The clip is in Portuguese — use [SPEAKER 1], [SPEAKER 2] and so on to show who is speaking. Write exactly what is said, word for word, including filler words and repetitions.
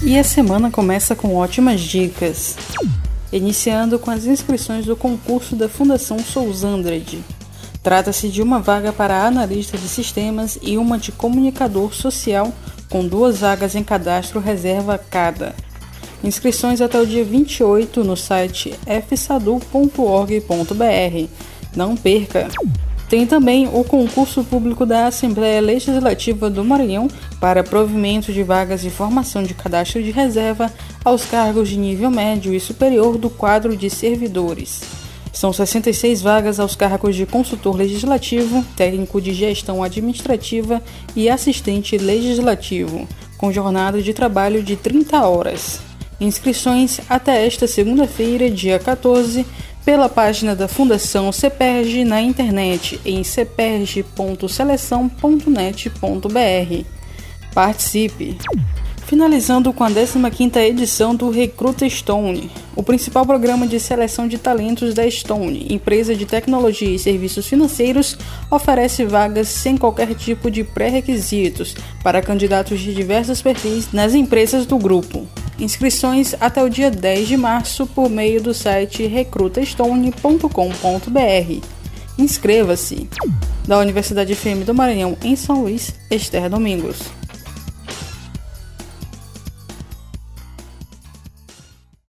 [SPEAKER 1] E a semana começa com ótimas dicas, iniciando com as inscrições do concurso da Fundação Souzandrade. Trata-se de uma vaga para analista de sistemas e uma de comunicador social, com duas vagas em cadastro reserva cada. Inscrições até o dia vinte e oito no site f sadu ponto org ponto b r. Não perca! Tem também o concurso público da Assembleia Legislativa do Maranhão para provimento de vagas de formação de cadastro de reserva aos cargos de nível médio e superior do quadro de servidores. São sessenta e seis vagas aos cargos de consultor legislativo, técnico de gestão administrativa e assistente legislativo, com jornada de trabalho de trinta horas. Inscrições até esta segunda-feira, dia quatorze, pela página da Fundação CEPERJ na internet em ceperj ponto seleção ponto net ponto b r. Participe! Finalizando com a décima quinta edição do Recruta Stone, o principal programa de seleção de talentos da Stone, empresa de tecnologia e serviços financeiros, oferece vagas sem qualquer tipo de pré-requisitos para candidatos de diversos perfis nas empresas do grupo. Inscrições até o dia dez de março por meio do site recruta stone ponto com ponto b r. Inscreva-se! Da Universidade F M do Maranhão, em São Luís, Esther Domingos.